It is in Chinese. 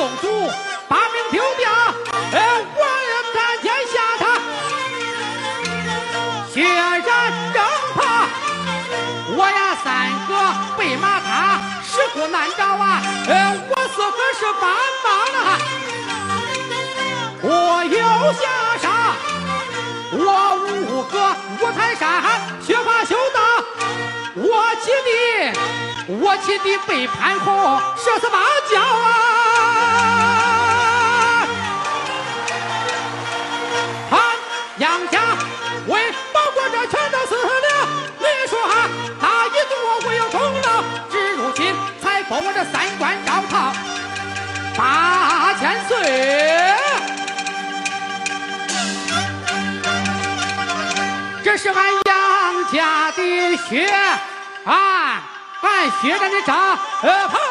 宗主把命丢掉，我也赶紧下他，血染正怕，我呀三个被马踏，石虎难找啊，我四个是帮忙了，我有下杀，我5个五台山学法修道，我起的被潘洪射死马脚啊！他杨家为保国这全都死了，你说他一度我有功劳，至如今才封我这3官招讨8000岁。这是俺杨家的血，俺血染的账，